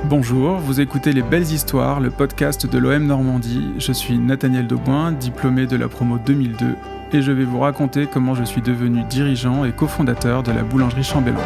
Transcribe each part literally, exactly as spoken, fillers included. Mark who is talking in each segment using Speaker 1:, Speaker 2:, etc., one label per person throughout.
Speaker 1: Bonjour, vous écoutez Les Belles Histoires, le podcast de l'O M Normandie. Je suis Nathaniel Dauboin, diplômé de la promo deux mille deux, et je vais vous raconter comment je suis devenu dirigeant et cofondateur de la boulangerie Chambellan.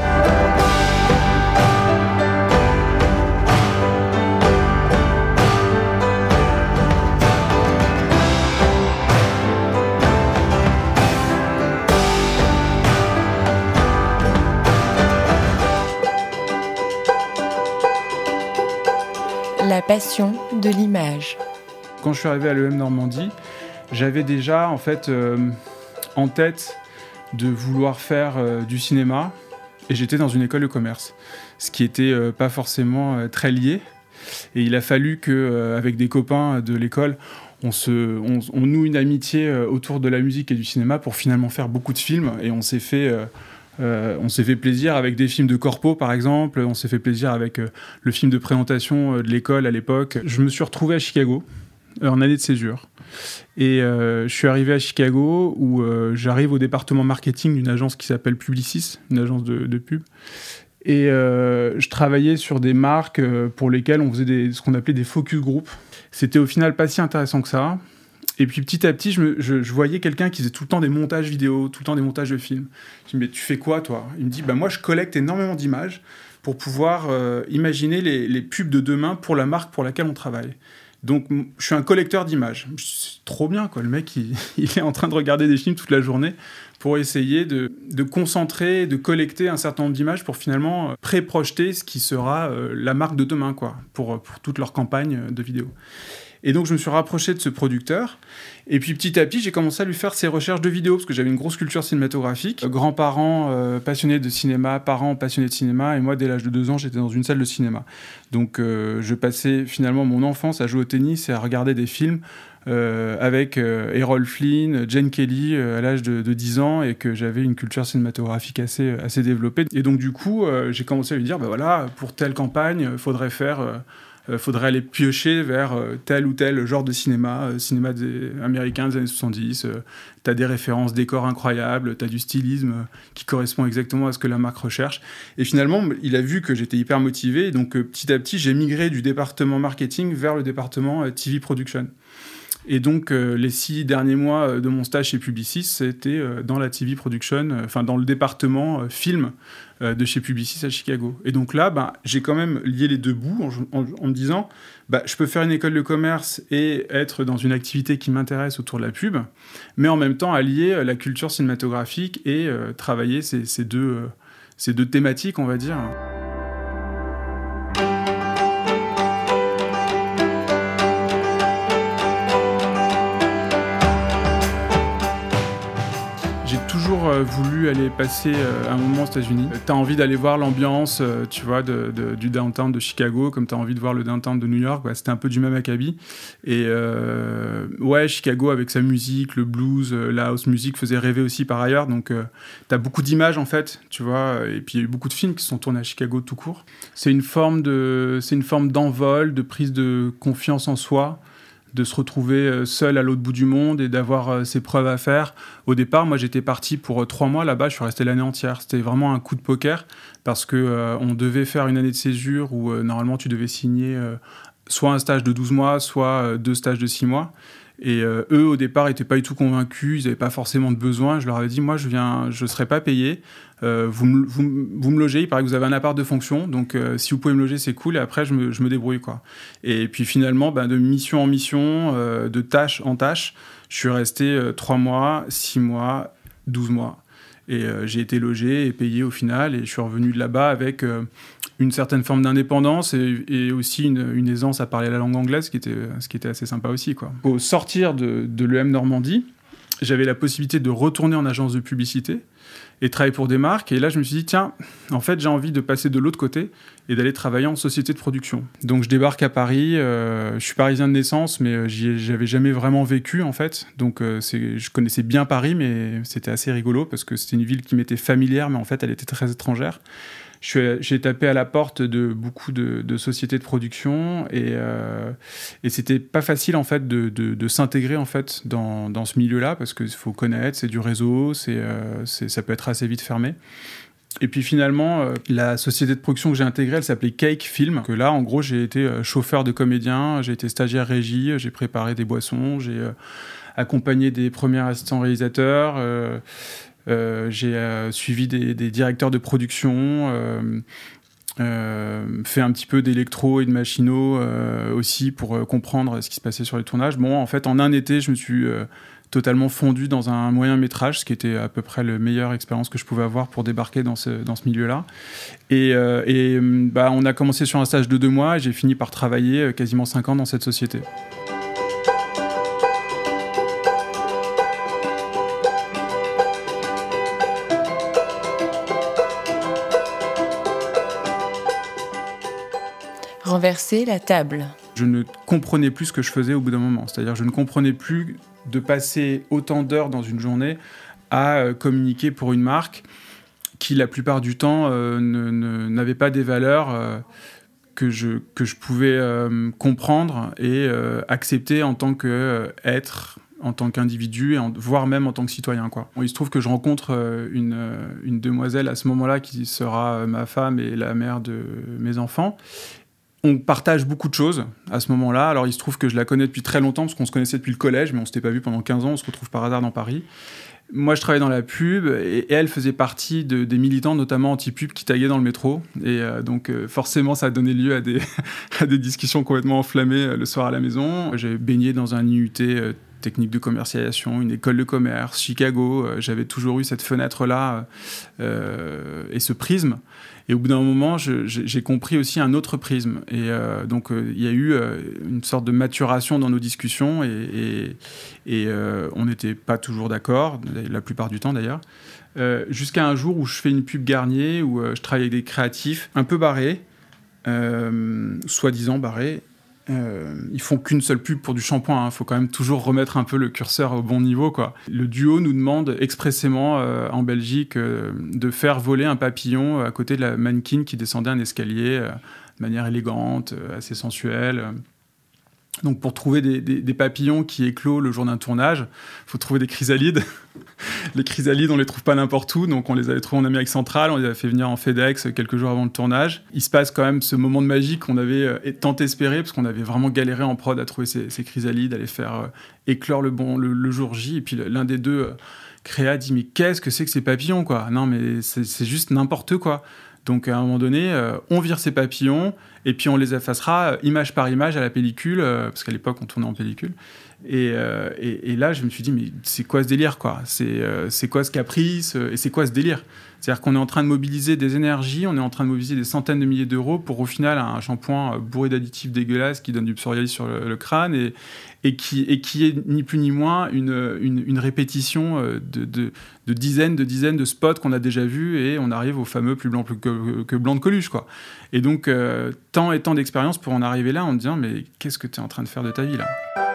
Speaker 2: La passion de l'image.
Speaker 1: Quand je suis arrivé à l'E M Normandie, j'avais déjà en fait euh, en tête de vouloir faire euh, du cinéma, et j'étais dans une école de commerce, ce qui était euh, pas forcément euh, très lié. Et il a fallu que, euh, avec des copains de l'école, on, se, on, on noue une amitié euh, autour de la musique et du cinéma pour finalement faire beaucoup de films. Et on s'est fait euh, Euh, on s'est fait plaisir avec des films de corpo, par exemple. On s'est fait plaisir avec euh, le film de présentation euh, de l'école à l'époque. Je me suis retrouvé à Chicago, euh, en année de césure. Et euh, je suis arrivé à Chicago, où euh, j'arrive au département marketing d'une agence qui s'appelle Publicis, une agence de, de pub. Et euh, je travaillais sur des marques euh, pour lesquelles on faisait des, ce qu'on appelait des focus group. C'était au final pas si intéressant que ça. Et puis petit à petit, je, me, je, je voyais quelqu'un qui faisait tout le temps des montages vidéo, tout le temps des montages de films. Je me dis, mais tu fais quoi, toi ? Il me dit, bah, moi, je collecte énormément d'images pour pouvoir euh, imaginer les, les pubs de demain pour la marque pour laquelle on travaille. Donc, je suis un collecteur d'images. C'est trop bien, quoi. Le mec, il, il est en train de regarder des films toute la journée pour essayer de, de concentrer, de collecter un certain nombre d'images pour finalement pré-projeter ce qui sera euh, la marque de demain, quoi, pour, pour toute leur campagne de vidéo. Et donc, je me suis rapproché de ce producteur. Et puis, petit à petit, j'ai commencé à lui faire ses recherches de vidéos, parce que j'avais une grosse culture cinématographique. Grands-parents euh, passionnés de cinéma, parents passionnés de cinéma. Et moi, dès l'âge de deux ans, j'étais dans une salle de cinéma. Donc, euh, je passais finalement mon enfance à jouer au tennis et à regarder des films euh, avec euh, Errol Flynn, Jane Kelly, euh, à l'âge de, de dix ans, et que j'avais une culture cinématographique assez, assez développée. Et donc, du coup, euh, j'ai commencé à lui dire, bah voilà, pour telle campagne, il faudrait faire... Euh, Il euh, faudrait aller piocher vers euh, tel ou tel genre de cinéma, euh, cinéma des, américain des années soixante-dix. Euh, t'as des références, décors incroyables, t'as du stylisme euh, qui correspond exactement à ce que la marque recherche. Et finalement, il a vu que j'étais hyper motivé. Et donc, euh, petit à petit, j'ai migré du département marketing vers le département euh, T V production. Et donc, euh, les six derniers mois euh, de mon stage chez Publicis, c'était euh, dans la T V production, enfin, euh, dans le département euh, film euh, de chez Publicis à Chicago. Et donc là, bah, j'ai quand même lié les deux bouts en, en, en me disant, bah, je peux faire une école de commerce et être dans une activité qui m'intéresse autour de la pub, mais en même temps allier euh, la culture cinématographique et euh, travailler ces, ces, deux, euh, ces deux thématiques, on va dire. Euh, voulu aller passer euh, un moment aux États-Unis. T'as envie d'aller voir l'ambiance, euh, tu vois, de, de, du downtown de Chicago, comme t'as envie de voir le downtown de New York. Ouais, c'était un peu du même acabit. Et euh, ouais, Chicago avec sa musique, le blues, euh, la house music faisait rêver aussi par ailleurs. Donc euh, t'as beaucoup d'images en fait, tu vois. Et puis il y a eu beaucoup de films qui se sont tournés à Chicago tout court. C'est une forme de, c'est une forme d'envol, de prise de confiance en soi, de se retrouver seul à l'autre bout du monde et d'avoir euh, ses preuves à faire. Au départ, moi, j'étais parti pour euh, trois mois là-bas, je suis resté l'année entière. C'était vraiment un coup de poker parce qu'on euh, devait faire une année de césure où euh, normalement, tu devais signer euh, soit un stage de douze mois, soit euh, deux stages de six mois. Et euh, eux, au départ, n'étaient pas du tout convaincus, ils n'avaient pas forcément de besoin. Je leur avais dit, moi, je viens, je ne serai pas payé. Euh, vous, me, vous, vous me logez, il paraît que vous avez un appart de fonction, donc euh, si vous pouvez me loger, c'est cool, et après, je me, je me débrouille, quoi. Et puis finalement, ben, de mission en mission, euh, de tâche en tâche, je suis resté euh, trois mois, six mois, douze mois. Et euh, j'ai été logé et payé au final, et je suis revenu de là-bas avec... Euh, une certaine forme d'indépendance et, et aussi une, une aisance à parler la langue anglaise, ce qui était, ce qui était assez sympa aussi, quoi. Au sortir de, de l'E M Normandie, j'avais la possibilité de retourner en agence de publicité et travailler pour des marques. Et là, je me suis dit, tiens, en fait, j'ai envie de passer de l'autre côté et d'aller travailler en société de production. Donc, je débarque à Paris. Euh, je suis parisien de naissance, mais j'y, j'avais jamais vraiment vécu, en fait. Donc, euh, c'est, je connaissais bien Paris, mais c'était assez rigolo parce que c'était une ville qui m'était familière, mais en fait, elle était très étrangère. Je suis, j'ai tapé à la porte de beaucoup de, de sociétés de production et, euh, et c'était pas facile en fait de, de, de s'intégrer en fait dans, dans ce milieu-là parce qu'il faut connaître, c'est du réseau, c'est, euh, c'est, ça peut être assez vite fermé. Et puis finalement, euh, la société de production que j'ai intégrée, elle s'appelait Cake Film. Que là, en gros, j'ai été euh, chauffeur de comédien, j'ai été stagiaire régie, j'ai préparé des boissons, j'ai euh, accompagné des premiers assistants réalisateurs, euh, euh, j'ai euh, suivi des, des directeurs de production, euh, euh, fait un petit peu d'électro et de machinot euh, aussi pour euh, comprendre ce qui se passait sur les tournages. Bon, en fait, en un été, je me suis... Euh, totalement fondu dans un moyen métrage, ce qui était à peu près la meilleure expérience que je pouvais avoir pour débarquer dans ce, dans ce milieu-là. Et, euh, et bah, on a commencé sur un stage de deux mois et j'ai fini par travailler quasiment cinq ans dans cette société.
Speaker 2: Renverser la table.
Speaker 1: Je ne comprenais plus ce que je faisais au bout d'un moment. C'est-à-dire je ne comprenais plus de passer autant d'heures dans une journée à euh, communiquer pour une marque qui, la plupart du temps, euh, ne, ne, n'avait pas des valeurs euh, que, je, que je pouvais euh, comprendre et euh, accepter en tant qu'être, euh, en tant qu'individu, et en, voire même en tant que citoyen, quoi. Bon, il se trouve que je rencontre euh, une, une demoiselle à ce moment-là qui sera ma femme et la mère de mes enfants. On partage beaucoup de choses à ce moment-là. Alors, il se trouve que je la connais depuis très longtemps, parce qu'on se connaissait depuis le collège, mais on ne s'était pas vu pendant quinze ans. On se retrouve par hasard dans Paris. Moi, je travaillais dans la pub, et elle faisait partie de, des militants, notamment anti-pub, qui taguaient dans le métro. Et euh, donc, euh, forcément, ça a donné lieu à des, à des discussions complètement enflammées euh, le soir à la maison. J'ai baigné dans un I U T euh, technique de commercialisation, une école de commerce, Chicago. Euh, j'avais toujours eu cette fenêtre-là euh, et ce prisme. Et au bout d'un moment, je, j'ai, j'ai compris aussi un autre prisme. Et euh, donc, il euh, y a eu euh, une sorte de maturation dans nos discussions et, et, et euh, on n'était pas toujours d'accord, la plupart du temps d'ailleurs, euh, jusqu'à un jour où je fais une pub Garnier, où euh, je travaille avec des créatifs un peu barrés, euh, soi-disant barrés. Euh, ils font qu'une seule pub pour du shampoing. Il hein. faut quand même toujours remettre un peu le curseur au bon niveau, quoi. Le duo nous demande expressément euh, en Belgique euh, de faire voler un papillon à côté de la mannequin qui descendait un escalier euh, de manière élégante, euh, assez sensuelle. Donc pour trouver des, des, des papillons qui éclosent le jour d'un tournage, il faut trouver des chrysalides. Les chrysalides, on les trouve pas n'importe où, donc on les avait trouvés en Amérique centrale, on les avait fait venir en FedEx quelques jours avant le tournage. Il se passe quand même ce moment de magie qu'on avait euh, tant espéré, parce qu'on avait vraiment galéré en prod à trouver ces, ces chrysalides, à les faire euh, éclore le, bon, le, le jour J, et puis l'un des deux, euh, Créa, dit « mais qu'est-ce que c'est que ces papillons, quoi ? Non, mais c'est, c'est juste n'importe quoi !» Donc à un moment donné, euh, on vire ces papillons et puis on les effacera euh, image par image à la pellicule, euh, parce qu'à l'époque on tournait en pellicule. Et, euh, et, et là, je me suis dit, mais c'est quoi ce délire, quoi ? C'est, euh, c'est quoi ce caprice ? Et c'est quoi ce délire ? C'est-à-dire qu'on est en train de mobiliser des énergies, on est en train de mobiliser des centaines de milliers d'euros pour au final un shampoing bourré d'additifs dégueulasses qui donne du psoriasis sur le, le crâne et, et, qui, et qui est ni plus ni moins une, une, une répétition de, de, de dizaines de dizaines de spots qu'on a déjà vus et on arrive au fameux plus blanc que, que blanc de Coluche, quoi. Et donc, euh, tant et tant d'expérience pour en arriver là en me disant, mais qu'est-ce que tu es en train de faire de ta vie, là ?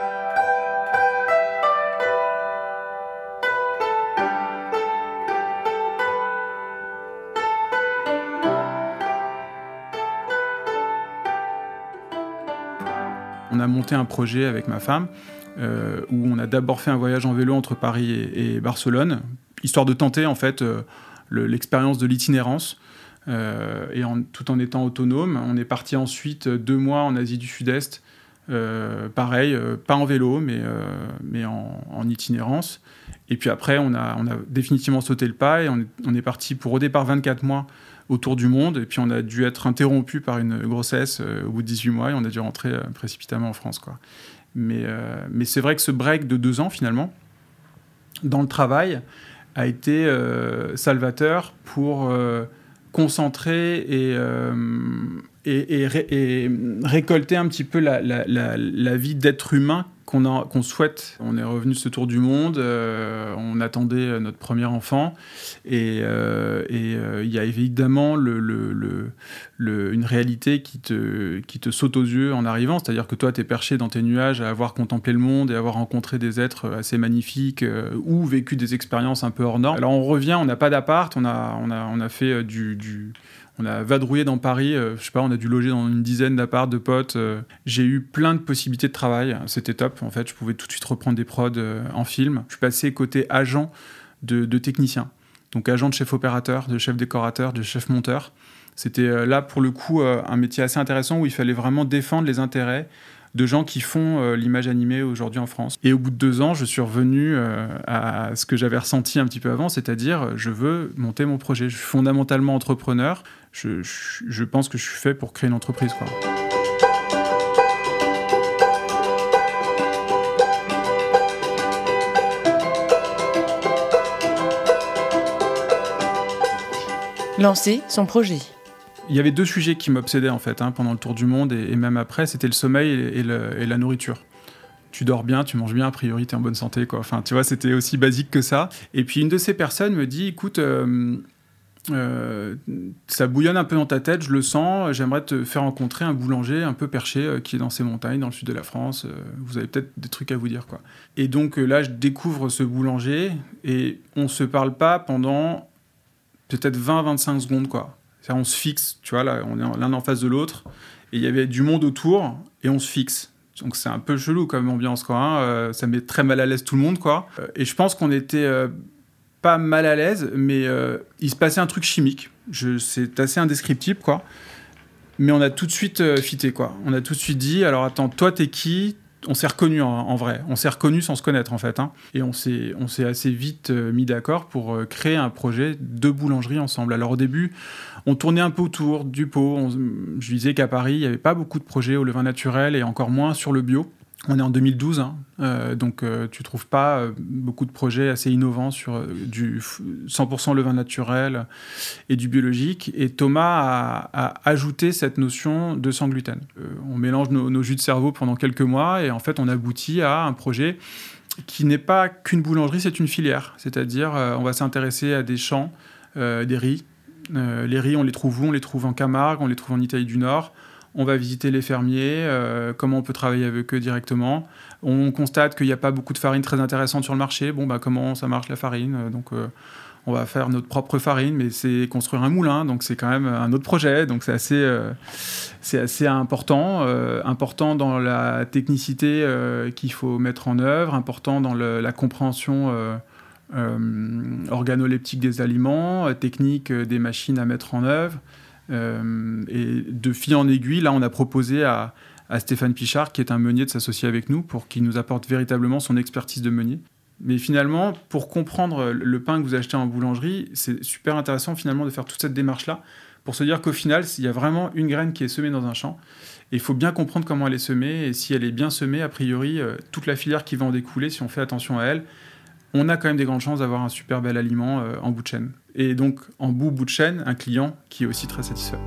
Speaker 1: On a monté un projet avec ma femme euh, où on a d'abord fait un voyage en vélo entre Paris et, et Barcelone, histoire de tenter en fait euh, le, l'expérience de l'itinérance euh, et en, tout en étant autonome. On est parti ensuite deux mois en Asie du Sud-Est, euh, pareil, euh, pas en vélo mais, euh, mais en, en itinérance. Et puis après, on a, on a définitivement sauté le pas et on est, on est parti pour au départ vingt-quatre mois autour du monde, et puis on a dû être interrompu par une grossesse euh, au bout de dix-huit mois, et on a dû rentrer euh, précipitamment en France, quoi. Mais, euh, mais c'est vrai que ce break de deux ans, finalement, dans le travail, a été euh, salvateur pour euh, concentrer et, euh, et, et, ré, et récolter un petit peu la, la, la, la vie d'être humain qu'on, a, qu'on souhaite. On est revenu de ce tour du monde, euh, on attendait notre premier enfant, et il euh, euh, y a évidemment le, le, le, le, une réalité qui te, qui te saute aux yeux en arrivant, c'est-à-dire que toi, tu es perché dans tes nuages à avoir contemplé le monde et avoir rencontré des êtres assez magnifiques euh, ou vécu des expériences un peu hors normes. Alors on revient, on n'a pas d'appart, on a, on a, on a fait du... du On a vadrouillé dans Paris, euh, je sais pas, on a dû loger dans une dizaine d'apparts de potes. Euh, j'ai eu plein de possibilités de travail, c'était top. En fait, je pouvais tout de suite reprendre des prods euh, en film. Je suis passé côté agent de, de technicien. donc agent de chef opérateur, de chef décorateur, de chef monteur. C'était euh, là, pour le coup, euh, un métier assez intéressant où il fallait vraiment défendre les intérêts de gens qui font euh, l'image animée aujourd'hui en France. Et au bout de deux ans, je suis revenu euh, à ce que j'avais ressenti un petit peu avant, c'est-à-dire je veux monter mon projet. Je suis fondamentalement entrepreneur. Je, je, je pense que je suis fait pour créer une entreprise, quoi.
Speaker 2: Lancer son projet.
Speaker 1: Il y avait deux sujets qui m'obsédaient en fait, hein, pendant le tour du monde et, et même après, c'était le sommeil et, et, le, et la nourriture. Tu dors bien, tu manges bien, a priori, tu es en bonne santé, quoi. Enfin, tu vois, c'était aussi basique que ça. Et puis une de ces personnes me dit, écoute, euh, euh, ça bouillonne un peu dans ta tête, je le sens, j'aimerais te faire rencontrer un boulanger un peu perché euh, qui est dans ces montagnes, dans le sud de la France. Euh, vous avez peut-être des trucs à vous dire, quoi. Et donc euh, là, je découvre ce boulanger et on se parle pas pendant peut-être vingt à vingt-cinq secondes, quoi. On se fixe, tu vois, là, on est l'un en face de l'autre, et il y avait du monde autour, et on se fixe. Donc c'est un peu chelou comme ambiance, quoi. Hein. Euh, ça met très mal à l'aise tout le monde, quoi. Euh, et je pense qu'on était euh, pas mal à l'aise, mais euh, il se passait un truc chimique. Je, c'est assez indescriptible, quoi. Mais on a tout de suite euh, fité, quoi. On a tout de suite dit, alors attends, toi, t'es qui ? On s'est reconnus en, en vrai. On s'est reconnus sans se connaître, en fait. Hein. Et on s'est, on s'est assez vite euh, mis d'accord pour euh, créer un projet de boulangerie ensemble. Alors au début, on tournait un peu autour du pot. On, je disais qu'à Paris, il n'y avait pas beaucoup de projets au levain naturel et encore moins sur le bio. On est en deux mille douze, hein, euh, donc euh, tu ne trouves pas euh, beaucoup de projets assez innovants sur euh, du cent pour cent levain naturel et du biologique. Et Thomas a, a ajouté cette notion de sans gluten. Euh, on mélange nos, nos jus de cerveau pendant quelques mois et en fait, on aboutit à un projet qui n'est pas qu'une boulangerie, c'est une filière. C'est-à-dire, euh, on va s'intéresser à des champs, euh, des riz. Euh, les riz, on les trouve où ? On les trouve en Camargue, on les trouve en Italie du Nord. On va visiter les fermiers, euh, comment on peut travailler avec eux directement. On constate qu'il n'y a pas beaucoup de farine très intéressante sur le marché. Bon, bah, comment ça marche la farine ? Donc, euh, on va faire notre propre farine, mais c'est construire un moulin, donc c'est quand même un autre projet. Donc, c'est assez, euh, c'est assez important. Euh, important dans la technicité euh, qu'il faut mettre en œuvre, important dans le, la compréhension euh, euh, organoleptique des aliments, euh, technique euh, des machines à mettre en œuvre. Euh, et de fil en aiguille, là, on a proposé à, à Stéphane Pichard, qui est un meunier, de s'associer avec nous pour qu'il nous apporte véritablement son expertise de meunier. Mais finalement, pour comprendre le pain que vous achetez en boulangerie, c'est super intéressant finalement de faire toute cette démarche-là pour se dire qu'au final, il y a vraiment une graine qui est semée dans un champ. Et il faut bien comprendre comment elle est semée. Et si elle est bien semée, a priori, euh, toute la filière qui va en découler, si on fait attention à elle, on a quand même des grandes chances d'avoir un super bel aliment euh, en bout de chaîne. Et donc, en bout, bout de chaîne, un client qui est aussi très satisfait.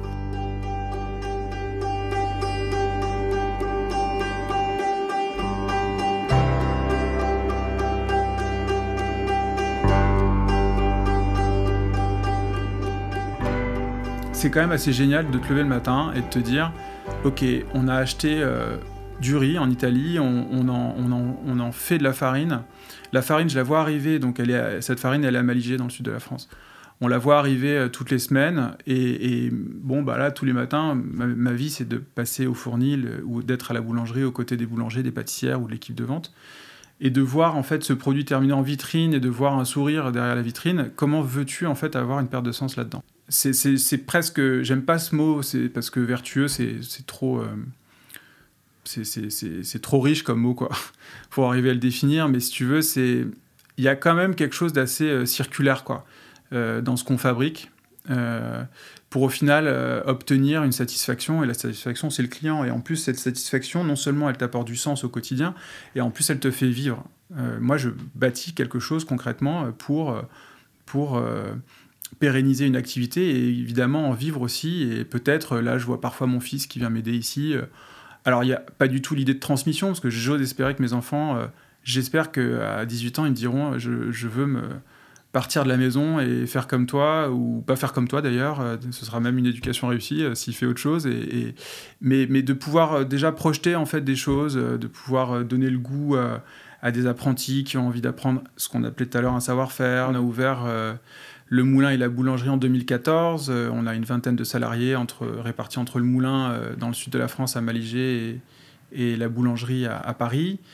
Speaker 1: C'est quand même assez génial de te lever le matin et de te dire « Ok, on a acheté euh, du riz en Italie, on, on, en, on, en, on en fait de la farine. La farine, je la vois arriver, donc elle est, cette farine, elle est à Malijai, dans le sud de la France. On la voit arriver euh, toutes les semaines et, et bon, bah là, tous les matins, ma, ma vie, c'est de passer au fournil ou d'être à la boulangerie aux côtés des boulangers, des pâtissières ou de l'équipe de vente et de voir en fait ce produit terminé en vitrine et de voir un sourire derrière la vitrine. Comment veux-tu en fait avoir une perte de sens là-dedans ? C'est, c'est, c'est presque, j'aime pas ce mot, c'est parce que vertueux, c'est, c'est trop, euh, c'est, c'est, c'est, c'est trop riche comme mot, quoi, pour arriver à le définir. Mais si tu veux, c'est, il y a quand même quelque chose d'assez euh, circulaire, quoi, euh, dans ce qu'on fabrique, euh, pour au final euh, obtenir une satisfaction. Et la satisfaction, c'est le client. Et en plus, cette satisfaction, non seulement elle t'apporte du sens au quotidien, et en plus, elle te fait vivre. Euh, moi, je bâtis quelque chose concrètement pour, pour euh, pérenniser une activité et évidemment en vivre aussi. Et peut-être, là, je vois parfois mon fils qui vient m'aider ici. Alors, il n'y a pas du tout l'idée de transmission, parce que j'ose espérer que mes enfants, euh, j'espère qu'à dix-huit ans, ils me diront je, je veux me partir de la maison et faire comme toi, ou pas faire comme toi d'ailleurs, euh, ce sera même une éducation réussie euh, s'il fait autre chose. Et, et, mais, mais de pouvoir euh, déjà projeter en fait des choses, euh, de pouvoir euh, donner le goût euh, à des apprentis qui ont envie d'apprendre ce qu'on appelait tout à l'heure un savoir-faire. On a ouvert euh, le moulin et la boulangerie en deux mille quatorze. Euh, on a une vingtaine de salariés entre, répartis entre le moulin euh, dans le sud de la France à Malijai et, et la boulangerie à, à Paris.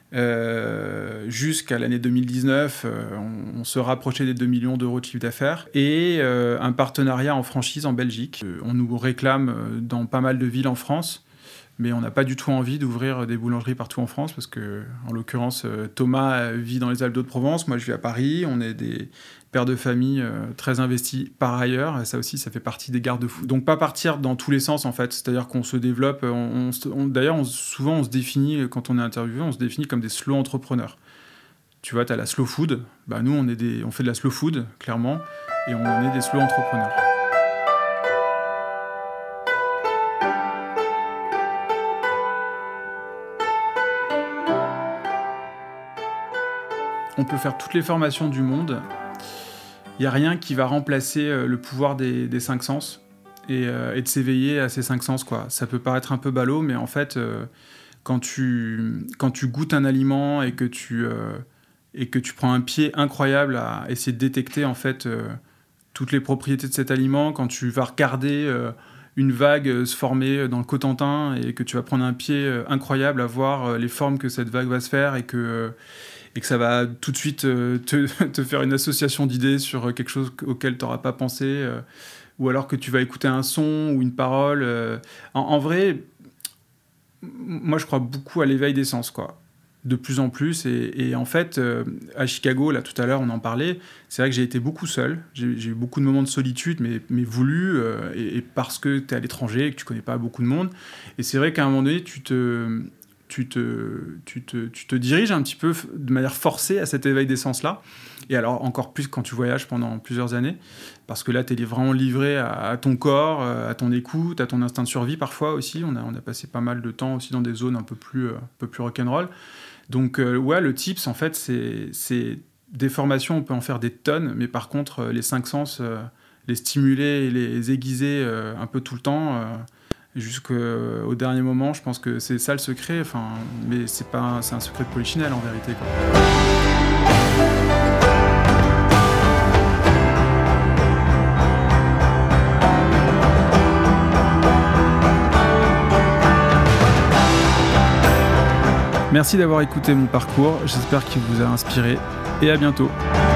Speaker 1: Euh, jusqu'à l'année deux mille dix-neuf, euh, on, on se rapprochait des deux millions d'euros de chiffre d'affaires et euh, un partenariat en franchise en Belgique. Euh, on nous réclame dans pas mal de villes en France, mais on n'a pas du tout envie d'ouvrir des boulangeries partout en France parce que, en l'occurrence, Thomas vit dans les Alpes-de-Haute-Provence, moi je vis à Paris, on est des pères de famille euh, très investis par ailleurs, et ça aussi, ça fait partie des garde-fous. Donc pas partir dans tous les sens en fait, c'est-à-dire qu'on se développe, on, on, on, d'ailleurs on, souvent on se définit, quand on est interviewé, on se définit comme des slow entrepreneurs. Tu vois, tu as la slow food, bah, nous on, est des, on fait de la slow food, clairement, et on est des slow entrepreneurs. On peut faire toutes les formations du monde. Il n'y a rien qui va remplacer euh, le pouvoir des, des cinq sens et, euh, et de s'éveiller à ces cinq sens, quoi. Ça peut paraître un peu ballot, mais en fait, euh, quand, tu, quand tu goûtes un aliment et que tu, euh, et que tu prends un pied incroyable à essayer de détecter en fait, euh, toutes les propriétés de cet aliment, quand tu vas regarder euh, une vague se former dans le Cotentin et que tu vas prendre un pied euh, incroyable à voir euh, les formes que cette vague va se faire et que... Euh, et que ça va tout de suite euh, te, te faire une association d'idées sur quelque chose auquel tu n'auras pas pensé, euh, ou alors que tu vas écouter un son ou une parole. Euh. En, en vrai, moi, je crois beaucoup à l'éveil des sens, quoi, de plus en plus. Et, et en fait, euh, à Chicago, là, tout à l'heure, on en parlait, c'est vrai que j'ai été beaucoup seul. J'ai, j'ai eu beaucoup de moments de solitude, mais, mais voulus, euh, et, et parce que tu es à l'étranger et que tu connais pas beaucoup de monde. Et c'est vrai qu'à un moment donné, tu te... Tu te, tu, te, tu te diriges un petit peu de manière forcée à cet éveil des sens-là. Et alors, encore plus quand tu voyages pendant plusieurs années, parce que là, tu es vraiment livré à, à ton corps, à ton écoute, à ton instinct de survie parfois aussi. On a, on a passé pas mal de temps aussi dans des zones un peu plus, un peu plus rock'n'roll. Donc, euh, ouais, le tips, en fait, c'est, c'est des formations, on peut en faire des tonnes, mais par contre, les cinq sens, euh, les stimuler et les aiguiser euh, un peu tout le temps... Euh, jusqu'au dernier moment, je pense que c'est ça le secret, enfin, mais c'est, pas un, c'est un secret de polichinelle en vérité, quoi. Merci d'avoir écouté mon parcours, j'espère qu'il vous a inspiré et à bientôt.